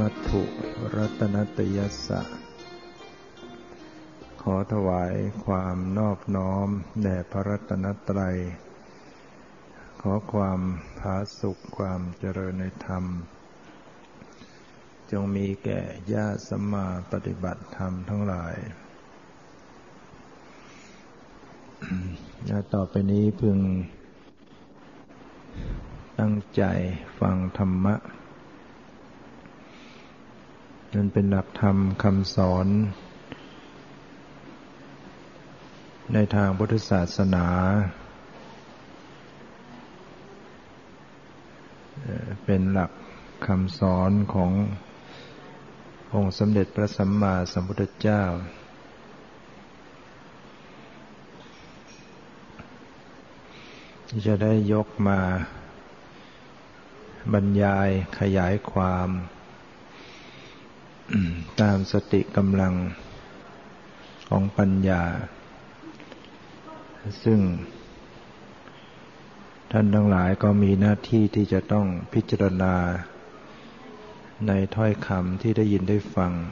มัตถุรัตนัตยัสสะขอถวายความนอบน้อมแด่พระรัตนตรัยขอความผาสุกความเจริญในธรรมจงมีแก่ญาติสัมมาปฏิบัติธรรมทั้งหลาย ต่อไปนี้พึงตั้งใจฟังธรรมะนั่นเป็นหลักธรรมคำสอนในทางพุทธศาสนาเป็นหลักคำสอนขององค์สมเด็จพระสัมมาสัมพุทธเจ้าที่จะได้ยกมาบรรยายขยายความตามสติกำลังของปัญญาซึ่งท่านทั้งหลายก็มีหน้าที่ที่จะต้องพิจารณาในถ้อยคำที่ได้ยินได้ฟัง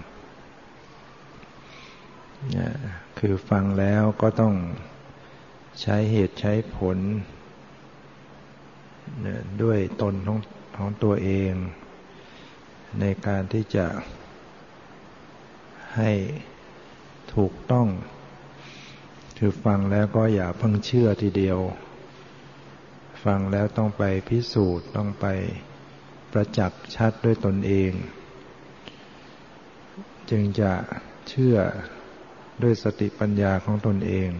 คือฟังแล้วก็ต้องใช้เหตุใช้ผลด้วยตนของตัวเองในการที่จะให้ถูกต้องคือฟังแล้วก็อย่าเพิ่งเชื่อทีเดียวฟังแล้วต้องไปพิสูจน์ต้องไปประจักษ์ชัดด้วยตนเองจึงจะเชื่อด้วยสติปัญญาของตนเอง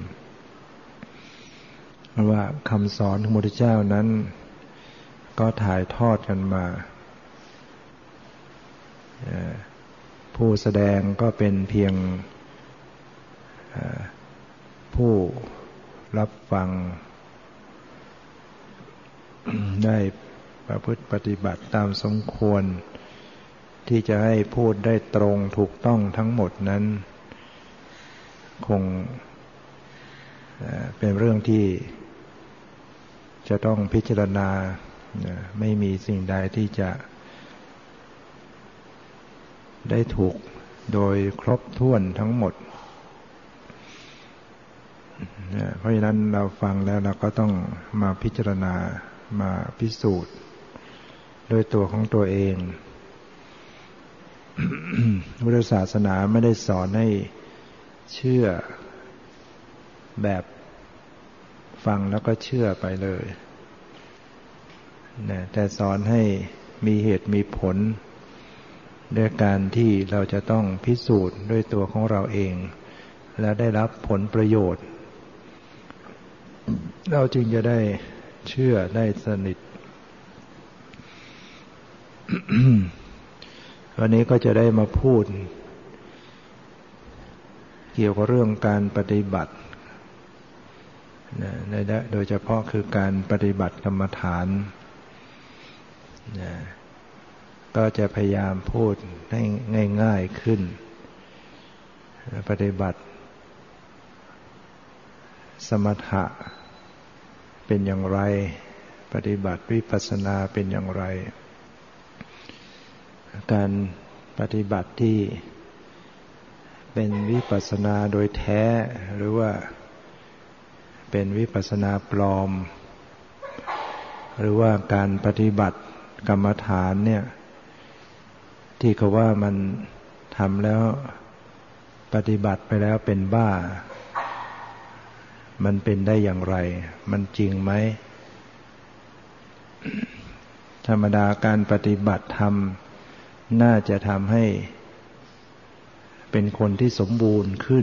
ว่าคำสอนของพระพุทธเจ้านั้นก็ถ่ายทอดกันมาผู้แสดงก็เป็นเพียงผู้รับฟังได้ประพฤติปฏิบัติตามสมควรที่จะให้พูดได้ตรงถูกต้องทั้งหมดนั้นคงเป็นเรื่องที่จะต้องพิจารณาไม่มีสิ่งใดที่จะได้ถูกโดยครบถ้วนทั้งหมดเพราะฉะนั้นเราฟังแล้วเราก็ต้องมาพิจารณามาพิสูจน์ด้วยตัวของตัวเอง พุทธศาสนาไม่ได้สอนให้เชื่อแบบฟังแล้วก็เชื่อไปเลยแต่สอนให้มีเหตุมีผลด้วยการที่เราจะต้องพิสูจน์ด้วยตัวของเราเองและได้รับผลประโยชน์เราจึงจะได้เชื่อได้สนิท วันนี้ก็จะได้มาพูดเกี่ยวกับเรื่องการปฏิบัติโดยเฉพาะคือการปฏิบัติกรรมฐานก็จะพยายามพูดให้ง่ายๆขึ้นปฏิบัติสมถะเป็นอย่างไรปฏิบัติวิปัสสนาเป็นอย่างไรการปฏิบัติที่เป็นวิปัสสนาโดยแท้หรือว่าเป็นวิปัสสนาปลอมหรือว่าการปฏิบัติกรรมฐานเนี่ยที่เขาว่ามันทำแล้วปฏิบัติไปแล้วเป็นบ้ามันเป็นได้อย่างไรมันจริงไหมธรรมดาการปฏิบัติธรรมน่าจะทำให้เป็นคนที่สมบูรณ์ขึ้น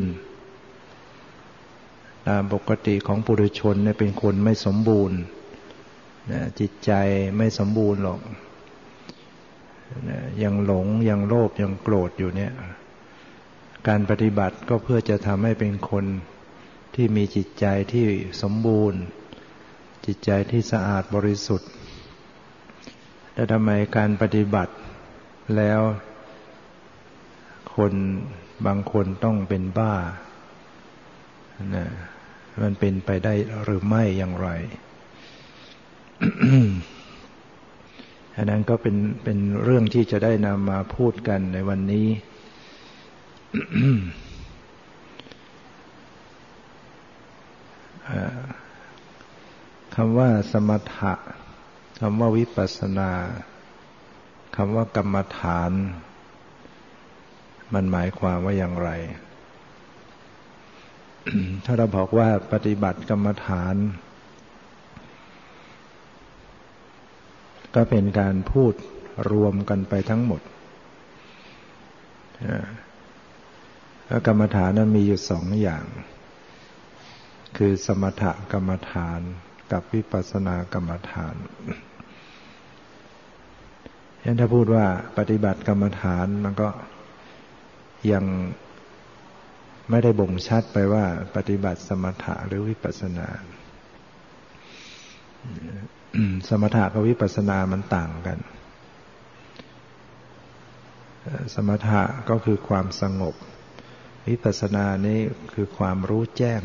ตามปกติของปุถุชนเนี่ยเป็นคนไม่สมบูรณ์จิตใจไม่สมบูรณ์หรอกยังหลงยังโลภยังโกรธอยู่เนี่ยการปฏิบัติก็เพื่อจะทำให้เป็นคนที่มีจิตใจที่สมบูรณ์จิตใจที่สะอาดบริสุทธิ์แต่ทำไมการปฏิบัติแล้วคนบางคนต้องเป็นบ้ามันเป็นไปได้หรือไม่อย่างไรอันนั้นก็เป็นเรื่องที่จะได้นำมาพูดกันในวันนี้ คำว่าสมถะคำว่าวิปัสสนาคำว่ากรรมฐานมันหมายความว่าอย่างไร ถ้าเราบอกว่าปฏิบัติกรรมฐานก็เป็นการพูดรวมกันไปทั้งหมดแล้วกรรมฐานนั้นมีอยู่สองอย่างคือสมถกรรมฐานกับวิปัสสนากรรมฐานฉะนั้นถ้าพูดว่าปฏิบัติกรรมฐานมันก็ยังไม่ได้บ่งชัดไปว่าปฏิบัติสมถะหรือวิปัสสนาสมถะกับวิปัสสนามันต่างกันสมถะก็คือความสงบวิปัสสนานี่คือความรู้แจ้ง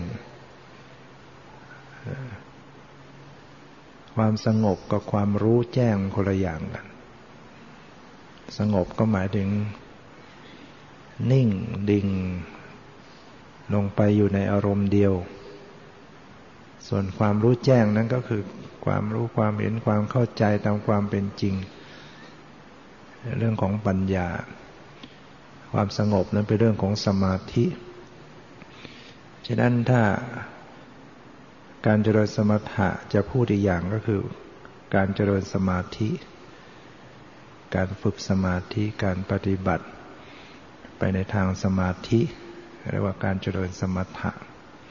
ความสงบกับความรู้แจ้งคนละอย่างกันสงบก็หมายถึงนิ่งดิ่งลงไปอยู่ในอารมณ์เดียวส่วนความรู้แจ้งนั้นก็คือความรู้ความเห็นความเข้าใจตามความเป็นจริงเรื่องของปัญญาความสงบนั้นเป็นเรื่องของสมาธิฉะนั้นถ้าการเจริญสมถะจะพูดอีกอย่างก็คือการเจริญสมาธิการฝึกสมาธิการปฏิบัติไปในทางสมาธิเรียกว่าการเจริญสมถะ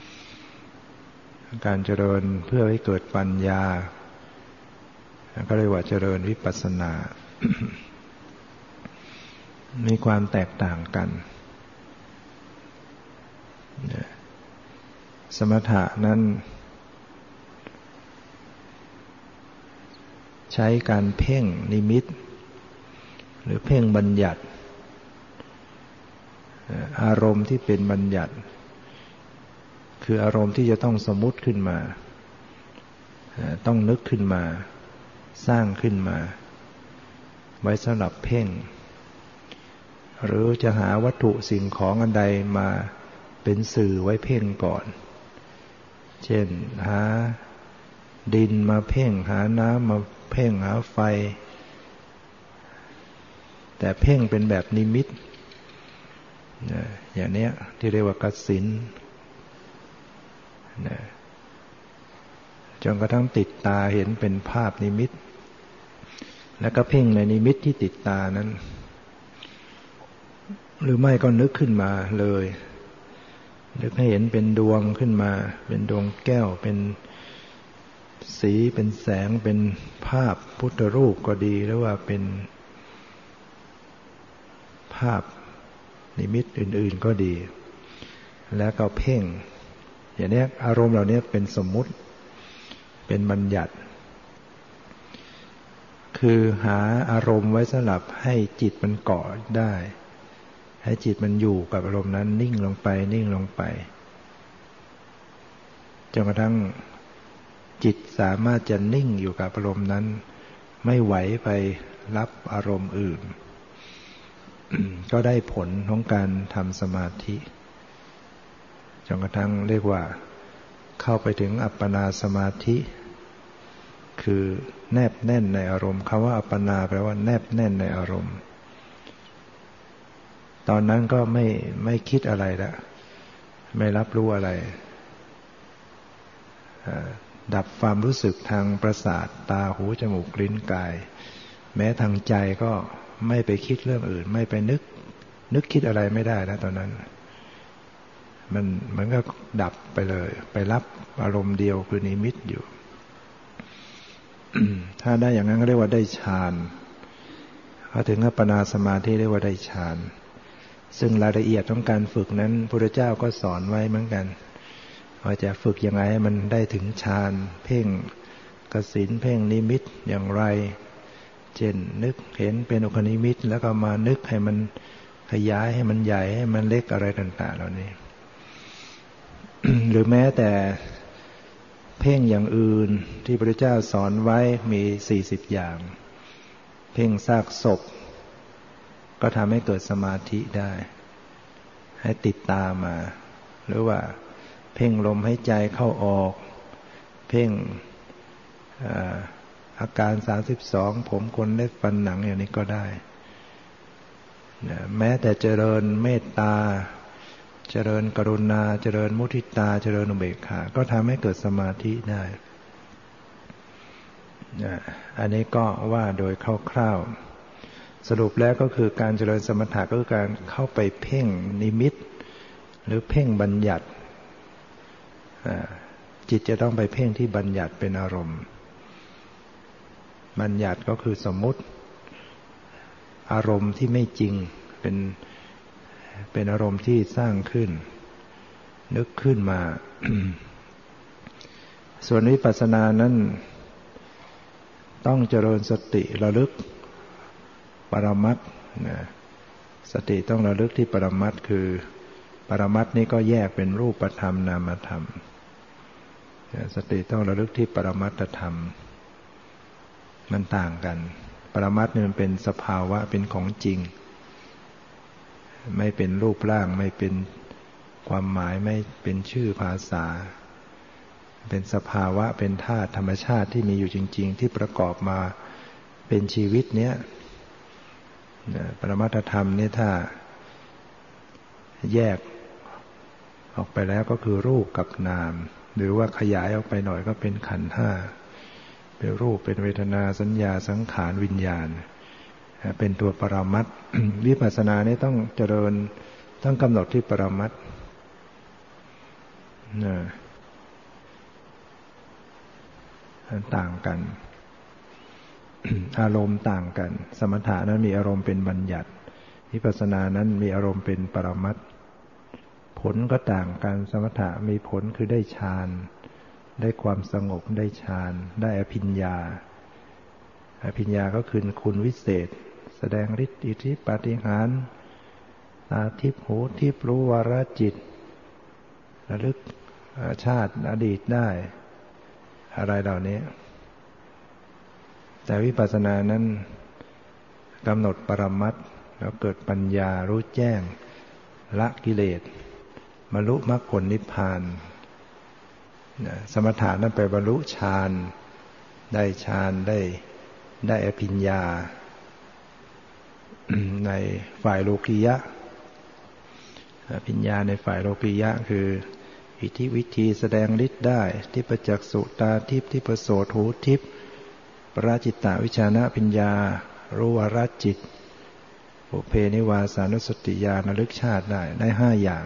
การเจริญเพื่อให้เกิดปัญญาก็เรียกว่าเจริญวิปัสสนา มีความแตกต่างกันสมถะนั้นใช้การเพ่งนิมิตหรือเพ่งบัญญัติอารมณ์ที่เป็นบัญญัติคืออารมณ์ที่จะต้องสมมุติขึ้นมาต้องนึกขึ้นมาสร้างขึ้นมาไว้สำหรับเพ่งหรือจะหาวัตถุสิ่งของอันใดมาเป็นสื่อไว้เพ่งก่อนเช่นหาดินมาเพ่งหาน้ำมาเพ่งหาไฟแต่เพ่งเป็นแบบนิมิตอย่างนี้ที่เรียกว่ากสิณจนกระทั่งติดตาเห็นเป็นภาพนิมิตแล้วก็เพ่งในนิมิตที่ติดตานั้นหรือไม่ก็นึกขึ้นมาเลยนึกให้เห็นเป็นดวงขึ้นมาเป็นดวงแก้วเป็นสีเป็นแสงเป็นภาพพุทธรูปก็ดีหรือว่าเป็นภาพนิมิตอื่นๆก็ดีแล้วก็เพ่งอย่างนี้อารมณ์เหล่านี้เป็นสมมุติเป็นบัญญัติคือหาอารมณ์ไว้สำหรับให้จิตมันเกาะได้ให้จิตมันอยู่กับอารมณ์นั้นนิ่งลงไปนิ่งลงไปจนกระทั่งจิตสามารถจะนิ่งอยู่กับอารมณ์นั้นไม่ไหวไปรับอารมณ์อื่น ก็ได้ผลของการทำสมาธิจนกระทั่งเรียกว่าเข้าไปถึงอัปปนาสมาธิคือแนบแน่นในอารมณ์คำว่าอัปปนาแปลว่าแนบแน่นในอารมณ์ตอนนั้นก็ไม่คิดอะไรแล้วไม่รับรู้อะไรดับความรู้สึกทางประสาทตาหูจมูกลิ้นกายแม้ทางใจก็ไม่ไปคิดเรื่องอื่นไม่ไปนึกคิดอะไรไม่ได้นะตอนนั้นมันก็ดับไปเลยไปรับอารมณ์เดียวคือนิมิตอยู่ ถ้าได้อย่างนั้นก็เรียกว่าได้ฌานพอถึงอัปปนาสมาธิเรียกว่าได้ฌานซึ่งรายละเอียดของการฝึกนั้นพระพุทธเจ้าก็สอนไว้เหมือนกันว่าจะฝึกยังไงให้มันได้ถึงฌานเพ่งกสิณเพ่งนิมิตอย่างไรเช่นนึกเห็นเป็นอุคนิมิตแล้วก็มานึกให้มันขยายให้มันใหญ่ให้มันเล็กอะไรต่างๆเหล่านี้ หรือแม้แต่เพ่งอย่างอื่นที่พระพุทธเจ้าสอนไว้มี40อย่างเพ่งซากศพก็ทำให้เกิดสมาธิได้ให้ติดตามมาหรือว่าเพ่งลมหายใจเข้าออกเพ่งอาการ32ผมขนเล็บฟันหนังอย่างนี้ก็ได้แม้แต่เจริญเมตตาเจริญกรุณาเจริญมุทิตาเจริญอุเบกขาก็ทำให้เกิดสมาธิได้อันนี้ก็ว่าโดยคร่าวๆสรุปแล้วก็คือการเจริญสมถะก็คือการเข้าไปเพ่งนิมิตหรือเพ่งบัญญัติจิตจะต้องไปเพ่งที่บัญญัติเป็นอารมณ์บัญญัติก็คือสมมุติอารมณ์ที่ไม่จริงเป็นอารมณ์ที่สร้างขึ้นนึกขึ้นมา ส่วนวิปัสสนานั้นต้องเจริญสติระลึกปรมัตถ์สติต้องระลึกที่ปรมัตถ์คือปรมัตถ์นี้ก็แยกเป็นรูปธรรมนามธรรมสติต้องระลึกที่ปรมัตถธรรมมันต่างกันปรมัตถ์นี่มันเป็นสภาวะเป็นของจริงไม่เป็นรูปร่างไม่เป็นความหมายไม่เป็นชื่อภาษาเป็นสภาวะเป็นธาตุธรรมชาติที่มีอยู่จริงๆที่ประกอบมาเป็นชีวิตเนี้ยปรมัตถธรรมนี่ถ้าแยกออกไปแล้วก็คือรูปกับนามหรือว่าขยายออกไปหน่อยก็เป็นขันธ์ห้าเป็นรูปเป็นเวทนาสัญญาสังขารวิญญาณเป็นตัวปรมัตถ์ วิปัสสนานี่ต้องเจริญต้องกำหนดที่ปรมัตถ์ต่างกัน อารมณ์ต่างกันสมถะนั้นมีอารมณ์เป็นบัญญัติวิปัสสนานั้นมีอารมณ์เป็นปรมัตถ์ผลก็ต่างกันสมถะมีผลคือได้ฌานได้ความสงบได้ฌานได้อภิญญาอภิญญาก็คือคุณวิเศษแสดงฤทธิ์อิทธิปาฏิหาริย์ตาทิพย์หูทิพย์รู้วาระจิตระลึกชาติอดีตได้อะไรเหล่านี้แต่วิปัสสนานั้นกำหนดปรมัตถ์แล้วเกิดปัญญารู้แจ้งละกิเลสบรรลุมรรคผลนิพพานสมถะนั้นไปบรรลุฌานได้ฌานได้อภิญญาในฝ่ายโลกียะอภิญญาในฝ่ายโลกียะคืออิทธิวิธีแสดงฤทธิ์ได้ทิพจักษุตาทิพย์ทิพโสตหูทิพย์ปราจิตตวิชานะปัญญารู้วาระจิตปุเพนิวาสานุสติญาณระลึกชาติได้5อย่าง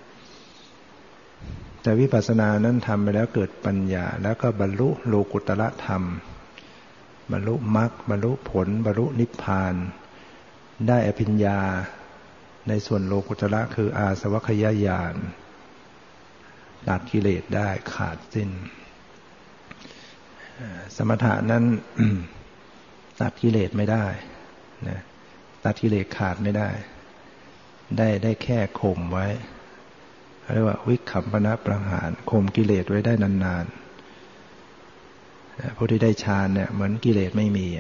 แต่วิปัสสนานั้นทำไปแล้วเกิดปัญญาแล้วก็บรรลุโลกุตตรธรรมบรรลุมรรคบรรลุผลบรรลุนิพพานได้อภิญญาในส่วนโลกุตตรคืออาสวัคยญาณตัดกิเลสได้ขาดสิ้นสมถะนั้น ตัดกิเลสไม่ได้นะตัดกิเลสขาดไม่ได้แค่ข่มไว้เรียกว่าวิคัมปนะประหารข่มกิเลสไว้ได้นานๆผู้ที่ได้ฌานเนี่ยเหมือนกิเลสไม่มี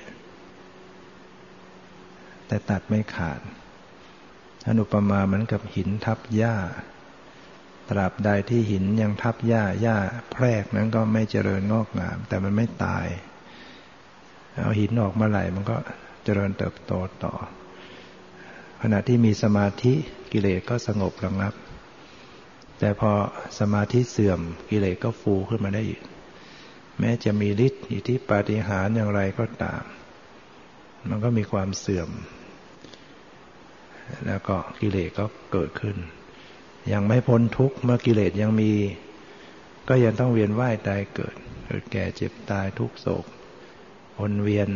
แต่ตัดไม่ขาดอนุปมาเหมือนกับหินทับหญ้าตราบใดที่หินยังทับหญ้าแพรกนั้นก็ไม่เจริญงอกงามแต่มันไม่ตายเอาหินออกมาไหลมันก็เจริญเติบโตต่อขณะที่มีสมาธิกิเลสก็สงบระงับแต่พอสมาธิเสื่อมกิเลสก็ฟูขึ้นมาได้อีกแม้จะมีฤทธิ์อิทธิปาฏิหาริย์อย่างไรก็ตามมันก็มีความเสื่อมแล้วก็กิเลสก็เกิดขึ้นยังไม่พ้นทุกข์เมื่อกิเลสยังมีก็ยังต้องเวียนว่ายตายเกิดแก่เจ็บตายทุกโศกวนเวียน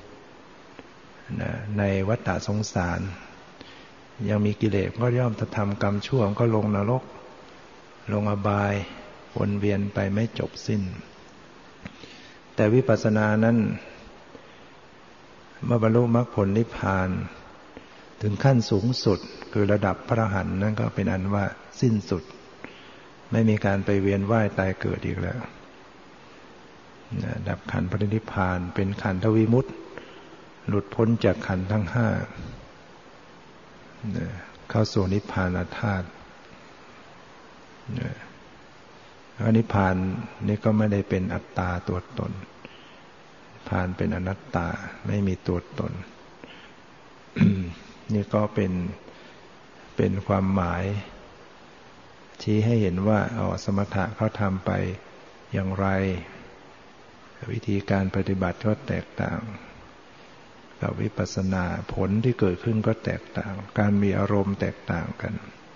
ในวัฏสงสารยังมีกิเลสก็ย่อมจะทำกรรมชั่วก็ลงนรกลงอบายวนเวียนไปไม่จบสิ้นแต่วิปัสสนานั้นเมื่อบรรลุมรรคผลนิพพานถึงขั้นสูงสุดคือระดับพระอรหันต์นั่นก็เป็นอันว่าสิ้นสุดไม่มีการไปเวียนว่ายตายเกิดอีกแล้วดับขันธ์ปรินิพพานเป็นขันธวิมุตติหลุดพ้นจากขันธ์ทั้งห้าเข้าสู่นิพพานธาตุนิพพานนี่ก็ไม่ได้เป็นอัตตาตัวตนนิพพานเป็นอนัตตาไม่มีตัวตน นี่ก็เป็นความหมายชี้ให้เห็นว่าสมถะเขาทำไปอย่างไรวิธีการปฏิบัติก็แตกต่างกับวิปัสสนาผลที่เกิดขึ้นก็แตกต่างการมีอารมณ์แตกต่างกัน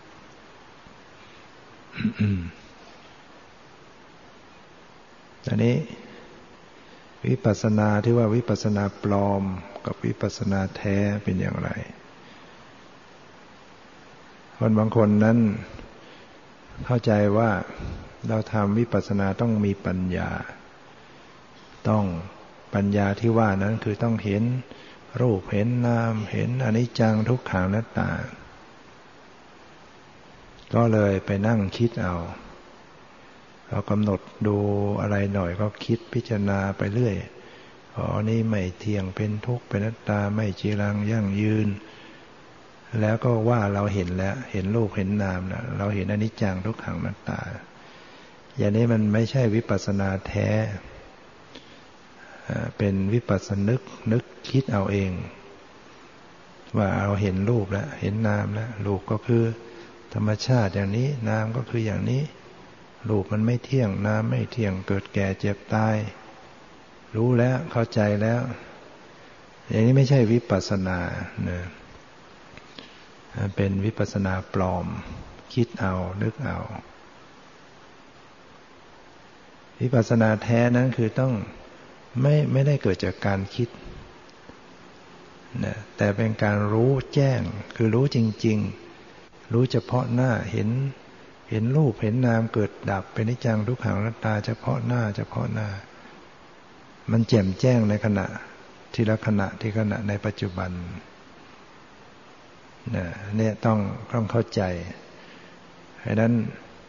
อันนี้วิปัสสนาที่ว่าวิปัสสนาปลอมกับวิปัสสนาแท้เป็นอย่างไรคนบางคนนั้นเข้าใจว่าเราทำวิปัสสนาต้องมีปัญญาต้องปัญญาที่ว่านั้นคือต้องเห็นรูปเห็นนามเห็นอนิจจังทุกขังอนัตตาก็เลยไปนั่งคิดเอาเรากำหนดดูอะไรหน่อยก็คิดพิจารณาไปเรื่อยนี่ไม่เที่ยงเป็นทุกข์เป็นอนัตตาไม่จีรังยั่งยืนแล้วก็ว่าเราเห็นแล้วเห็นรูปเห็นนามนะเราเห็นอนิจจังทุกขังอนัตตาอย่างนี้มันไม่ใช่วิปัสสนาแท้เป็นวิปัสสนึกคิดเอาเองว่าเราเห็นรูปแล้วเห็นนามแล้วรูปก็คือธรรมชาติอย่างนี้นามก็คืออย่างนี้รูปมันไม่เที่ยงนามไม่เที่ยงเกิดแก่เจ็บตายรู้แล้วเข้าใจแล้วอย่างนี้ไม่ใช่วิปัสสนานะเป็นวิปัสสนาปลอมคิดเอานึกเอาวิปัสสนาแท้นั้นคือต้องไม่ได้เกิดจากการคิดนะแต่เป็นการรู้แจ้งคือรู้จริงๆรู้เฉพาะหน้าเห็นรูปเห็นนามเกิดดับเป็นอนิจจังทุกขังอนัตตาเฉพาะหน้ามันแจ่มแจ้งในขณะทีละขณะที่ขณะในปัจจุบันเนี่ยต้องเข้าใจเพราะนั้น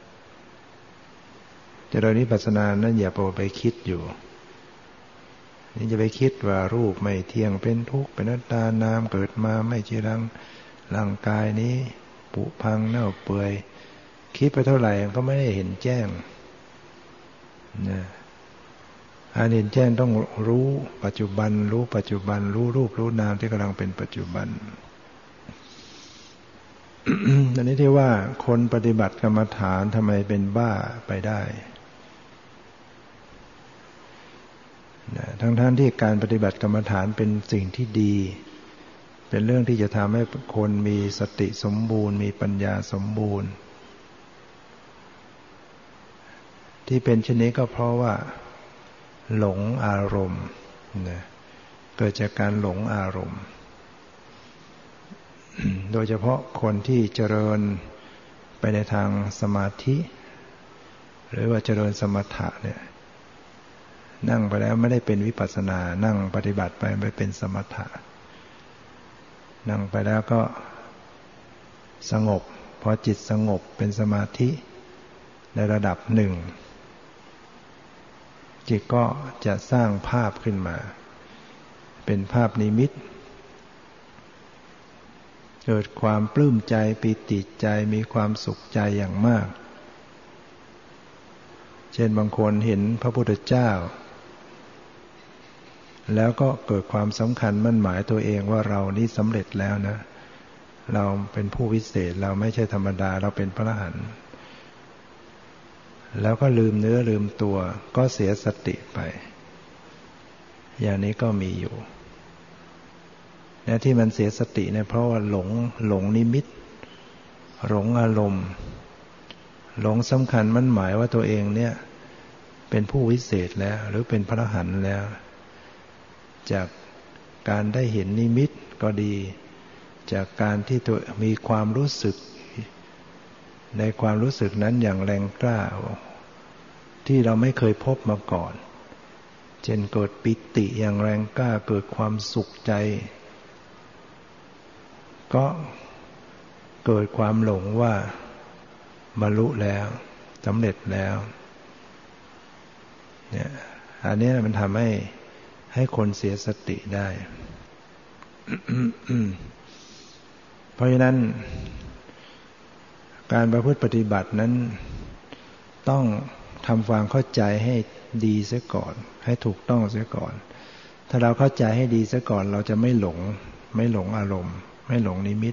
เจริญวิปัสสนานั้นอย่าไปคิดอยู่นี่จะไปคิดว่ารูปไม่เที่ยงเป็นทุกข์เป็นอนัตตานามเกิดมาไม่จีรังร่างกายนี้ผุพังเน่าเปื่อยคิดไปเท่าไหร่ก็ไม่ได้เห็นแจ้งนะการเห็นแจ้งต้องรู้ปัจจุบันรู้ปัจจุบันรู้รูปรู้นามที่กำลังเป็นปัจจุบัน อันนี้ที่ว่าคนปฏิบัติกรรมฐานทำไมเป็นบ้าไปได้ทั้งที่การปฏิบัติกรรมฐานเป็นสิ่งที่ดีเป็นเรื่องที่จะทำให้คนมีสติสมบูรณ์มีปัญญาสมบูรณ์ที่เป็นเช่นนี้ก็เพราะว่าหลงอารมณ์เกิดจากการหลงอารมณ์โดยเฉพาะคนที่เจริญไปในทางสมาธิหรือว่าเจริญสมถะเนี่ยนั่งไปแล้วไม่ได้เป็นวิปัสสนานั่งปฏิบัติไปเป็นสมถะนั่งไปแล้วก็สงบพอจิตสงบเป็นสมาธิในระดับหนึ่งจิตก็จะสร้างภาพขึ้นมาเป็นภาพนิมิตเกิดความปลื้มใจปิติใจมีความสุขใจอย่างมากเช่นบางคนเห็นพระพุทธเจ้าแล้วก็เกิดความสำคัญมั่นหมายตัวเองว่าเรานี่สำเร็จแล้วนะเราเป็นผู้วิเศษเราไม่ใช่ธรรมดาเราเป็นพระอรหันต์แล้วก็ลืมเนื้อลืมตัวก็เสียสติไปอย่างนี้ก็มีอยู่ที่มันเสียสติเนี่ยเพราะว่าหลงนิมิตหลงอารมณ์หลงสำคัญมั่นหมายว่าตัวเองเนี่ยเป็นผู้วิเศษแล้วหรือเป็นพระอรหันต์แล้วจากการได้เห็นนิมิตก็ดีจากการที่ตัวมีความรู้สึกในความรู้สึกนั้นอย่างแรงกล้าที่เราไม่เคยพบมาก่อนเช่นเกิดปิติอย่างแรงกล้าเกิดความสุขใจก็เกิดความหลงว่าบรรลุแล้วสำเร็จแล้วเนี่ยอันนี้มันทำให้คนเสียสติได้เพราะฉะนั้นการประพฤติปฏิบัตินั้นต้องทำความเข้าใจให้ดีเสียก่อนให้ถูกต้องเสียก่อนถ้าเราเข้าใจให้ดีเสียก่อนเราจะไม่หลงอารมณ์ไม่หลงนิมิต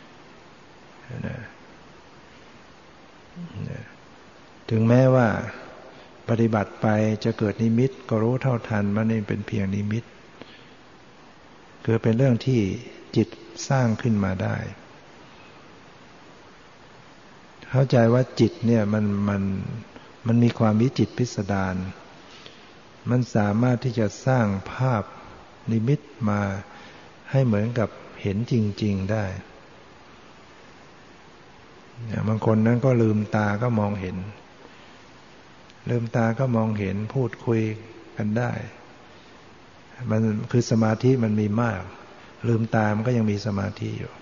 ถึงแม้ว่าปฏิบัติไปจะเกิดนิมิตก็รู้เท่าทันว่านี่เป็นเพียงนิมิตคือเป็นเรื่องที่จิตสร้างขึ้นมาได้เข้าใจว่าจิตเนี่ยมันมีความวิจิตรพิสดารมันสามารถที่จะสร้างภาพนิมิตมาให้เหมือนกับเห็นจริงๆได้บางคนนั้นก็ลืมตาก็มองเห็นพูดคุยกันได้มันคือสมาธิมันมีมากลืมตามันก็ยังมีสมาธิอยู่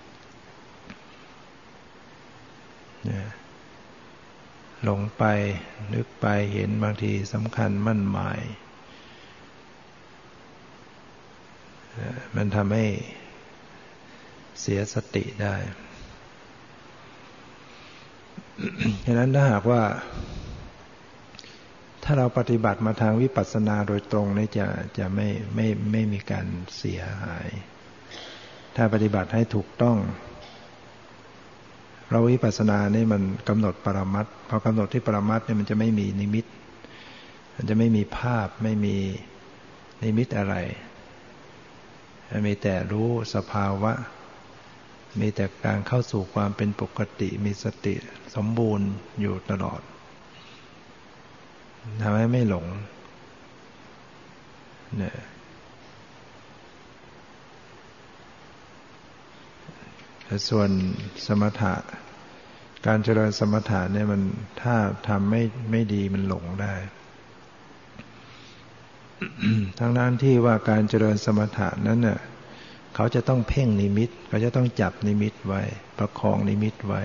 หลงไปนึกไปเห็นบางทีสำคัญมั่นหมายมันทำให้เสียสติได้ฉะนั้นถ้าหากว่าถ้าเราปฏิบัติมาทางวิปัสสนาโดยตรงนี่จะไม่มีการเสียหายถ้าปฏิบัติให้ถูกต้องเราวิปัสสนานี่มันกำหนดปรมัตถ์พอกำหนดที่ปรมัตถ์เนี่ยมันจะไม่มีนิมิตมันจะไม่มีภาพไม่มีนิมิตอะไรมีแต่รู้สภาวะมีแต่การเข้าสู่ความเป็นปกติมีสติสมบูรณ์อยู่ตลอดทำให้ไม่หลงเนี่ยส่วนสมถะการเจริญสมถะเนี่ยมันถ้าทำไม่ดีมันหลงได้ ทั้งนั้นที่ว่าการเจริญสมถะนั้นน่ะเขาจะต้องเพ่งนิมิตเขาจะต้องจับนิมิตไว้ประคองนิมิตไว้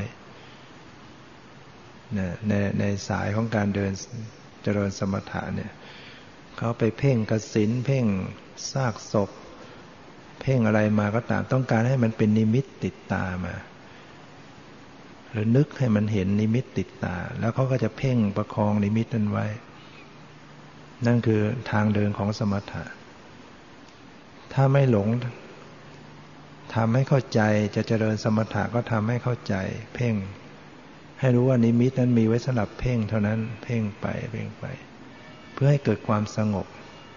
ในสายของการเดินเจริญสมถะเนี่ยเขาไปเพ่งกสิณเพ่งซากศพเพ่งอะไรมาก็ตามต้องการให้มันเป็นนิมิตติดตามาหรือนึกให้มันเห็นนิมิตติดตาแล้วเขาก็จะเพ่งประคองนิมิตนั้นไว้นั่นคือทางเดินของสมถะถ้าไม่หลงทำให้เข้าใจจะเจริญสมถะก็ทำให้เข้าใจเพ่งให้รู้ว่านิมิตนั้นมีไว้สำหรับเพ่งเท่านั้นเพ่งไปเพื่อให้เกิดความสงบ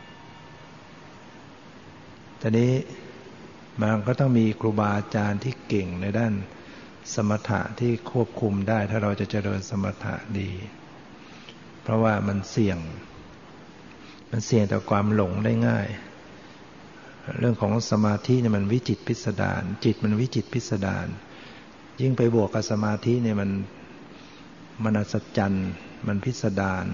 ทีนี้มันก็ต้องมีครูบาอาจารย์ที่เก่งในด้านสมถะที่ควบคุมได้ถ้าเราจะเจริญสมถะดีเพราะว่ามันเสี่ยงต่อความหลงได้ง่ายเรื่องของสมาธิเนี่ยมันวิจิตรพิสดารจิตมันวิจิตรพิสดารยิ่งไปบวกกับสมาธิเนี่ยมันอัศจรรย์มันพิสดาร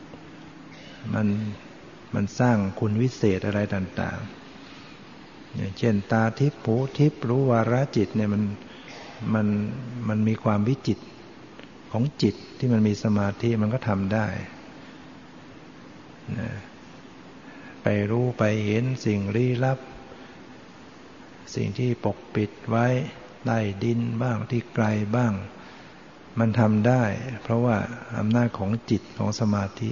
มันสร้างคุณวิเศษอะไรต่างๆอย่างเช่นตาทิพย์หูทิพย์รู้วาระจิตเนี่ยมันมีความวิจิตรของจิตที่มันมีสมาธิมันก็ทำได้นะไปรู้ไปเห็นสิ่งลี้ลับสิ่งที่ปกปิดไว้ใต้ดินบ้างที่ไกลบ้างมันทำได้เพราะว่าอำนาจของจิตของสมาธิ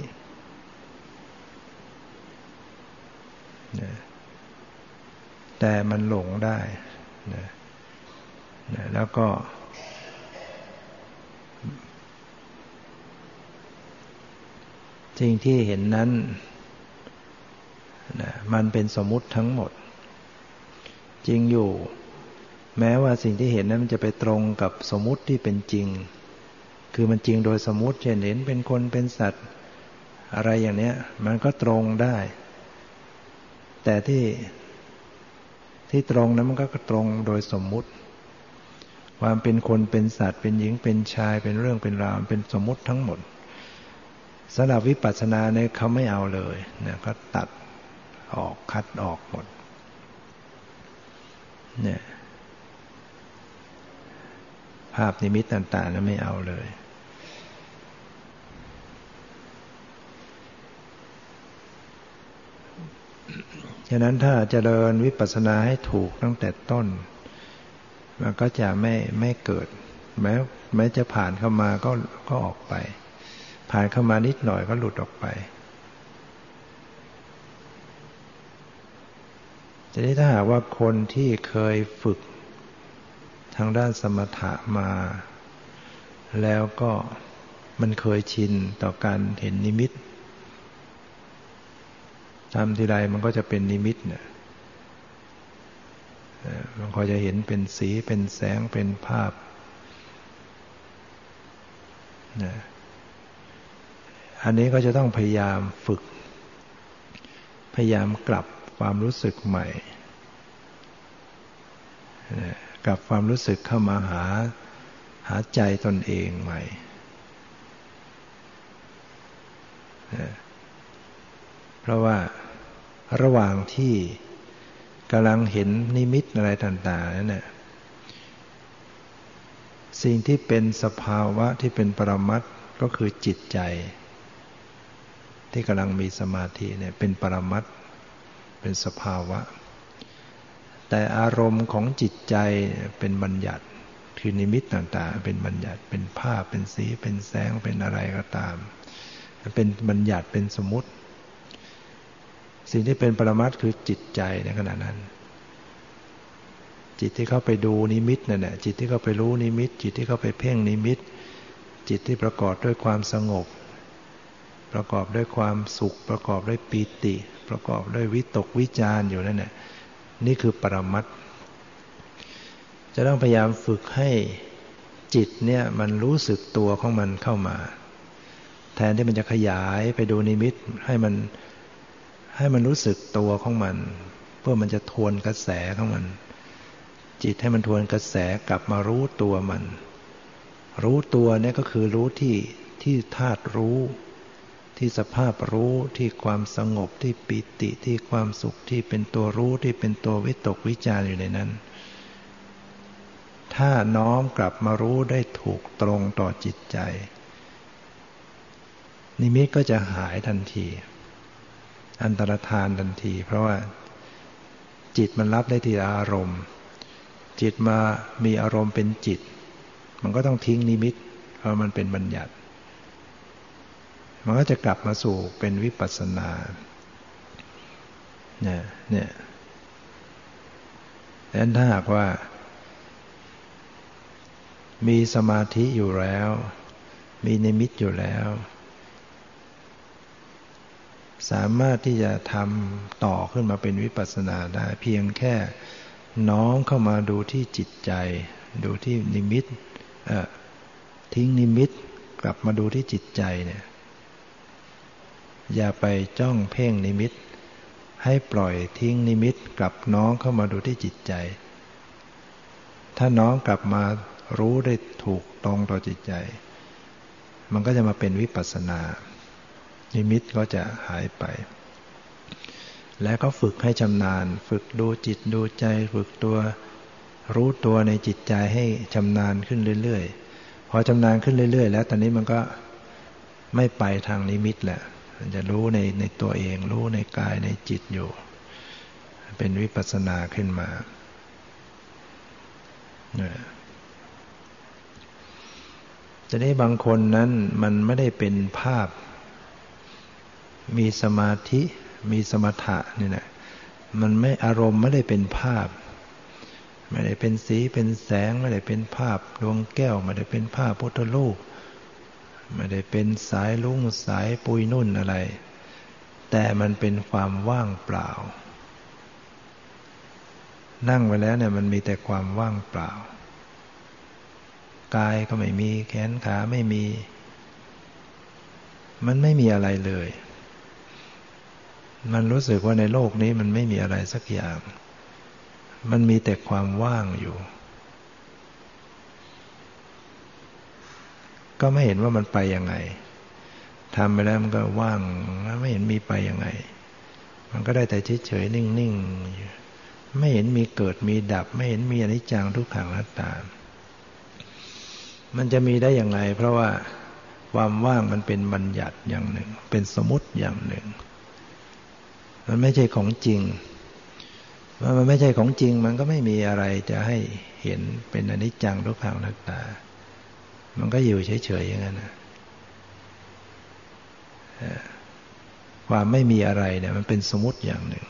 แต่มันหลงได้แล้วก็สิ่งที่เห็นนั้นมันเป็นสมมุติทั้งหมดจริงอยู่แม้ว่าสิ่งที่เห็นนั้นมันจะไปตรงกับสมมุติที่เป็นจริงคือมันจริงโดยสมมุติเช่นเห็นเป็นคนเป็นสัตว์อะไรอย่างเนี้ยมันก็ตรงได้แต่ที่ตรงนั้นมันก็ตรงโดยสมมุติความเป็นคนเป็นสัตว์เป็นหญิงเป็นชายเป็นเรื่องเป็นราวเป็นสมมุติทั้งหมดสำหรับวิปัสสนาเนี่ยเขาไม่เอาเลยนะเขาตัดออกคัดออกหมดเนี่ยภาพนิมิตต่างๆนั้นไม่เอาเลยฉฉะนั้นถ้าเจริญวิปัสสนาให้ถูกตั้งแต่ต้นมันก็จะไม่เกิดแม้จะผ่านเข้ามาก็ออกไปผ่านเข้ามานิดหน่อยก็หลุดออกไปทีนี้ถ้าหากว่าคนที่เคยฝึกทางด้านสมถะมาแล้วก็มันเคยชินต่อการเห็นนิมิตทำทีไรมันก็จะเป็นนิมิตเนี่ยมันก็จะเห็นเป็นสีเป็นแสงเป็นภาพนะอันนี้ก็จะต้องพยายามฝึกพยายามกลับความรู้สึกใหม่กลับความรู้สึกเข้ามาหาใจตนเองใหม่เพราะว่าระหว่างที่กำลังเห็นนิมิตอะไรต่างๆนั่นแหละสิ่งที่เป็นสภาวะที่เป็นปรมัตถ์ก็คือจิตใจที่กำลังมีสมาธิเนี่ยเป็นปรมัตถ์เป็นสภาวะแต่อารมณ์ของจิตใจเป็นบัญญัติคือนิมิตต่างๆเป็นบัญญัติเป็นภาพเป็นสีเป็นแสงเป็นอะไรก็ตามเป็นบัญญัติเป็นสมมุติสิ่งที่เป็นปรมัตถ์คือจิตใจในขณะนั้นจิตที่เข้าไปดูนิมิตนั่นแหละจิตที่เข้าไปรู้นิมิตจิตที่เข้าไปเพ่งนิมิตจิตที่ประกอบด้วยความสงบประกอบด้วยความสุขประกอบด้วยปีติประกอบด้วยวิตกวิจารอยู่นั่นแหละนี่คือปรมัตถ์จะต้องพยายามฝึกให้จิตเนี่ยมันรู้สึกตัวของมันเข้ามาแทนที่มันจะขยายไปดูนิมิตให้มันรู้สึกตัวของมันเพื่อมันจะทวนกระแสของมันจิตให้มันทวนกระแสกลับมารู้ตัวมันรู้ตัวเนี่ยก็คือรู้ที่ธาตุรู้ที่สภาพรู้ที่ความสงบที่ปิติที่ความสุขที่เป็นตัวรู้ที่เป็นตัววิตกวิจารอยู่ในนั้นถ้าน้อมกลับมารู้ได้ถูกตรงต่อจิตใจนิมิตก็จะหายทันทีอันตรธานทันทีเพราะว่าจิตมันรับได้ทีละอารมณ์จิตมามีอารมณ์เป็นจิตมันก็ต้องทิ้งนิมิตเพราะมันเป็นบัญญัติมันก็จะกลับมาสู่เป็นวิปัสสนาเนี่ยดังนั้นถ้าหากว่ามีสมาธิอยู่แล้วมีนิมิตอยู่แล้วสามารถที่จะทำต่อขึ้นมาเป็นวิปัสสนาได้เพียงแค่น้อมเข้ามาดูที่จิตใจดูที่นิมิตทิ้งนิมิตกลับมาดูที่จิตใจเนี่ยอย่าไปจ้องเพ่งนิมิตให้ปล่อยทิ้งนิมิตกลับน้อมเข้ามาดูที่จิตใจถ้าน้อมกลับมารู้ได้ถูกตรงต่อจิตใจมันก็จะมาเป็นวิปัสสนานิมิตก็จะหายไปแล้วก็ฝึกให้ชำนาญฝึกดูจิตดูใจฝึกตัวรู้ตัวในจิตใจให้ชำนาญขึ้นเรื่อยๆพอชำนาญขึ้นเรื่อยๆแล้วตอนนี้มันก็ไม่ไปทางนิมิตแหละมันจะรู้ในตัวเองรู้ในกายในจิตอยู่เป็นวิปัสสนาขึ้นมาทีนี้บางคนนั้นมันไม่ได้เป็นภาพมีสมาธิมีสมถะนี่แหละมันไม่อารมณ์ไม่ได้เป็นภาพไม่ได้เป็นสีเป็นแสงไม่ได้เป็นภาพดวงแก้วไม่ได้เป็นภาพพุทธรูปไม่ได้เป็นสายลุ้งสายปุยนุ่นอะไรแต่มันเป็นความว่างเปล่านั่งไปแล้วเนี่ยมันมีแต่ความว่างเปล่ากายก็ไม่มีแขนขาไม่มีมันไม่มีอะไรเลยมันรู้สึกว่าในโลกนี้มันไม่มีอะไรสักอย่างมันมีแต่ความว่างอยู่ก็ไม่เห็นว่ามันไปยังไงทำไปแล้วมันก็ว่างไม่เห็นมีไปยังไงมันก็ได้แต่เฉยๆนิ่งๆไม่เห็นมีเกิดมีดับไม่เห็นมีอนิจจังทุกขังอนัตตามันจะมีได้ยังไงเพราะว่าความว่างมันเป็นบัญญัติอย่างหนึ่งเป็นสมมุติอย่างหนึ่งมันไม่ใช่ของจริงว่ามันไม่ใช่ของจริงมันก็ไม่มีอะไรจะให้เห็นเป็นอนิจจังทุกขังอนัตตามันก็อยู่เฉยๆอย่างนั้นนะความไม่มีอะไรเนี่ยมันเป็นสมมุติอย่างหนึ่ง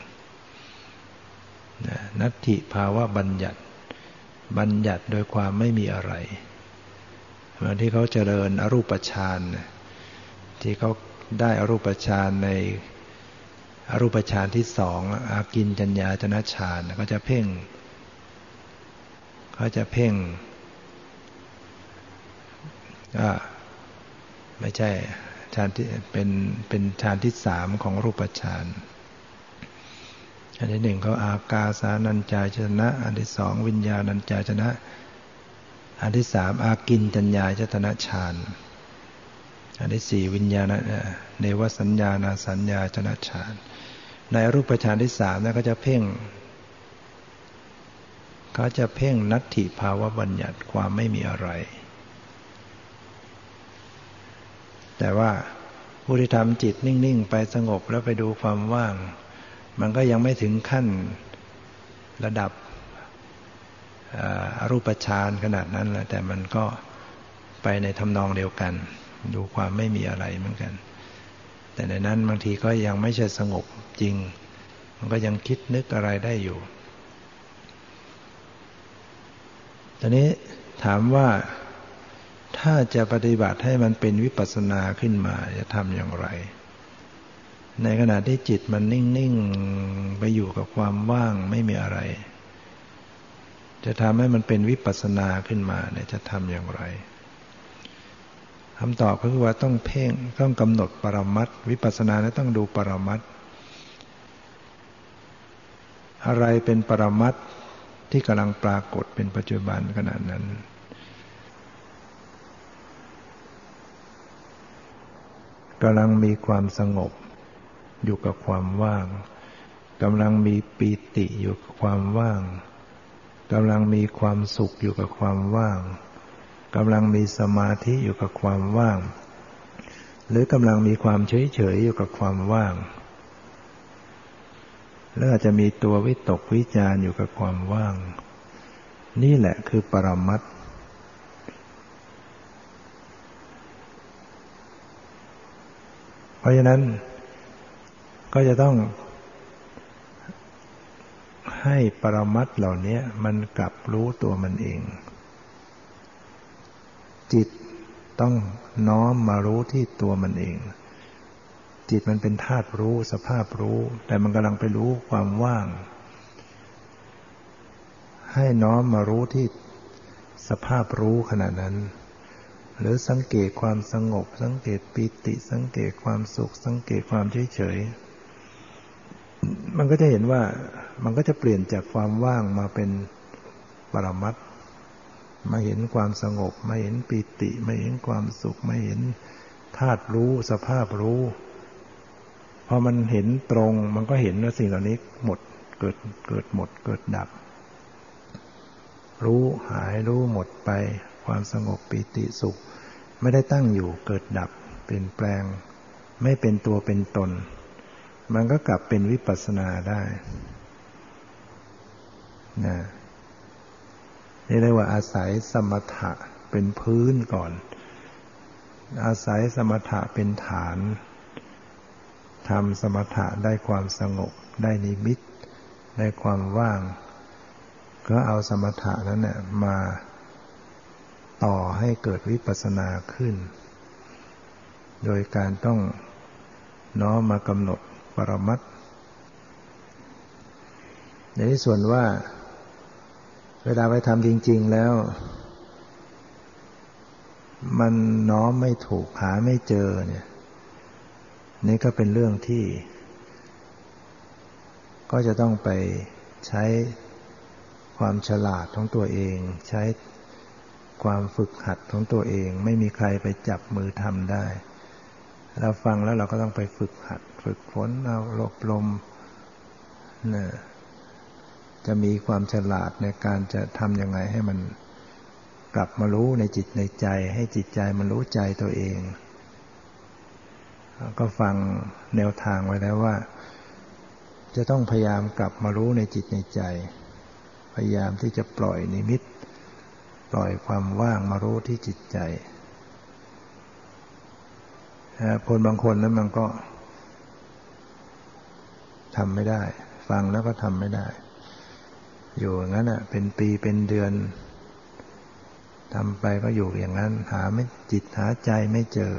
นัตถิภาวะบัญญัติโดยความไม่มีอะไรเหมือนที่เขาเจริญอรูปฌานที่เขาได้อรูปฌานในอรูปฌานที่สองอากินจัญญาจนฌานเขาจะเพ่งไม่ใช่ฌานที่เป็นฌานที่สามของรูปฌานอันที่หนึ่งเขาอากาสานัญจายตนะอันที่สองวิญญาณัญจายตนะอันที่สามอากินจัญญายตนะฌานอันที่สี่วิญญาณเนวสัญญานาสัญญายตนะฌานในรูปฌานที่สามนั้นก็จะเพ่งนัตถิภาวะบัญญัติความไม่มีอะไรแต่ว่าผู้ที่ทำจิตนิ่งๆไปสงบแล้วไปดูความว่างมันก็ยังไม่ถึงขั้นระดับอรูปฌานขนาดนั้นแหละแต่มันก็ไปในทำนองเดียวกันดูความไม่มีอะไรเหมือนกันแต่ในนั้นบางทีก็ยังไม่ใช่สงบจริงมันก็ยังคิดนึกอะไรได้อยู่ตอนนี้ถามว่าถ้าจะปฏิบัติให้มันเป็นวิปัสสนาขึ้นมาจะทำอย่างไรในขณะที่จิตมันนิ่งๆไปอยู่กับความว่างไม่มีอะไรจะทำให้มันเป็นวิปัสสนาขึ้นมาเนี่ยจะทำอย่างไรคำตอบก็คือว่าต้องเพ่งต้องกำหนดปรมัตถ์วิปัสสนาต้องดูปรมัตถ์อะไรเป็นปรมัตถ์ที่กำลังปรากฏเป็นปัจจุบันขณะนั้นกำลังมีความสงบอยู่กับความว่างกำลังมีปีติอยู่กับความว่างกำลังมีความสุขอยู่กับความว่างกำลังมีสมาธิอยู่กับความว่างหรือกำลังมีความเฉยๆอยู่กับความว่างแล้วอาจจะมีตัววิตกวิจารอยู่กับความว่างนี่แหละคือปรมัตถ์เพราะฉะนั้นก็จะต้องให้ปรมัตถ์เหล่านี้มันกลับรู้ตัวมันเองจิตต้องน้อมมารู้ที่ตัวมันเองจิตมันเป็นธาตุรู้สภาพรู้แต่มันกำลังไปรู้ความว่างให้น้อมมารู้ที่สภาพรู้ขณะนั้นหรือสังเกตความสงบสังเกตปิติสังเกตความสุขสังเกตความเฉยๆมันก็จะเห็นว่ามันก็จะเปลี่ยนจากความว่างมาเป็นปรมัตถ์มาเห็นความสงบมาเห็นปิติมาเห็นความสุขมาเห็นธาตุรู้สภาพรู้พอมันเห็นตรงมันก็เห็นว่าสิ่งเหล่านี้หมดเกิดหมดเกิดดับรู้หายรู้หมดไปความสงบปิติสุขไม่ได้ตั้งอยู่เกิดดับเปลี่ยนแปลงไม่เป็นตัวเป็นตนมันก็กลับเป็นวิปัสสนาได้นะนี่เรียกว่าอาศัยสมถะเป็นพื้นก่อนอาศัยสมถะเป็นฐานทำสมถะได้ความสงบได้นิมิตได้ความว่างก็เอาสมถะนั้นเนี่ยมาต่อให้เกิดวิปัสสนาขึ้นโดยการต้องน้อมมากำหนดปรมัตถ์ในที่ส่วนว่าเวลาไปทำจริงๆแล้วมันน้อมไม่ถูกหาไม่เจอเนี่ยนี่ก็เป็นเรื่องที่ก็จะต้องไปใช้ความฉลาดของตัวเองใช้ความฝึกหัดของตัวเองไม่มีใครไปจับมือทำได้เราฟังแล้วเราก็ต้องไปฝึกหัดฝึกฝนเอาอบรมนะจะมีความฉลาดในการจะทำยังไงให้มันกลับมารู้ในจิตในใจให้จิตใจมันรู้ใจตัวเองก็ฟังแนวทางไว้แล้วว่าจะต้องพยายามกลับมารู้ในจิตในใจพยายามที่จะปล่อยนิมิตปล่อยความว่างมารู้ที่จิตใจคนบางคนนั้นมันก็ทำไม่ได้ฟังแล้วก็ทำไม่ได้อยู่อย่างนั้นเป็นปีเป็นเดือนทำไปก็อยู่อย่างนั้นหาไม่จิตหาใจไม่เจอ